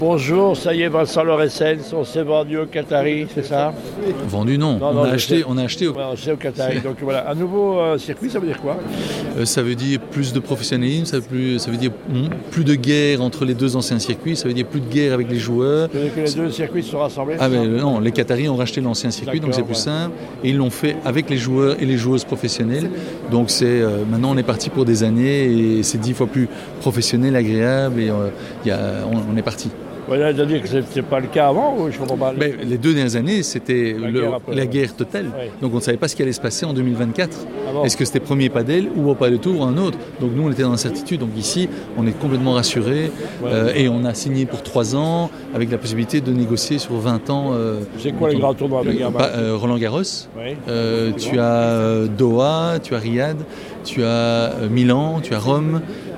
Bonjour, ça y est, Vincent Lorenz, on s'est vendu au Qatari, c'est ça? Vendu non, on a acheté au... Ouais, on s'est au Qatari, donc voilà, un nouveau circuit, ça veut dire quoi? Ça veut dire plus de professionnalisme, ça veut dire plus de guerre entre les deux anciens circuits, ça veut dire plus de guerre avec les joueurs. Ça veut dire que les deux circuits se sont rassemblés? Non, les Qataris ont racheté l'ancien circuit, donc c'est plus simple, et ils l'ont fait avec les joueurs et les joueuses professionnelles, donc maintenant on est parti pour des années, et c'est 10 fois plus professionnel, agréable, et on est parti. Voilà, c'est-à-dire que ce n'était pas le cas avant, ou je comprends pas. Les 2 dernières années, c'était la guerre totale. Ouais. Donc on ne savait pas ce qui allait se passer en 2024. Ah bon? Est-ce que c'était premier padel ou au pas de tour ou un autre? Donc nous, on était dans l'incertitude. Donc ici, on est complètement rassurés. Et on a signé pour 3 ans avec la possibilité de négocier sur 20 ans. C'est quoi les grands tournois avec Roland Garros. Oui. Tu as Doha, tu as Riyad, tu as Milan, tu as Rome,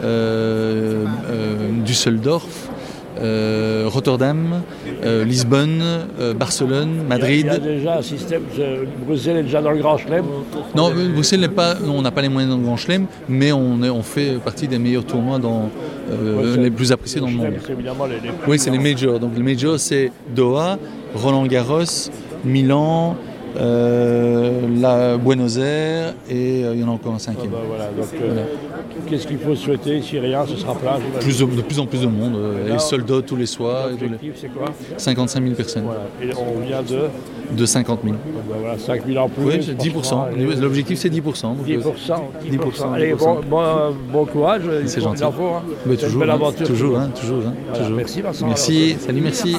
Düsseldorf. Rotterdam, Lisbonne, Barcelone, Madrid. Il y a déjà un système, Bruxelles est déjà dans le Grand Chelem? Non, Bruxelles n'est pas, on n'a pas les moyens dans le Grand Chelem, mais on fait partie des meilleurs tournois les plus appréciés dans le monde. C'est évidemment les Oui, c'est les majors. Donc les majors, c'est Doha, Roland Garros, Milan, Buenos Aires, et il y en a encore un 5e. Voilà. Donc, qu'est-ce qu'il faut souhaiter? Si rien, ce sera plein. De plus en plus de monde, et sold out tous les soirs. L'objectif, c'est quoi? 55 000 personnes. Voilà. Et on vient de 50 000. Voilà, 5 000 en plus. Oui, c'est 10%. L'objectif, c'est 10%. 10%. Allez, bon courage. C'est gentil. Il en faut, hein. Mais toujours, une belle aventure. Toujours. Voilà, merci Vincent. Merci, salut, merci.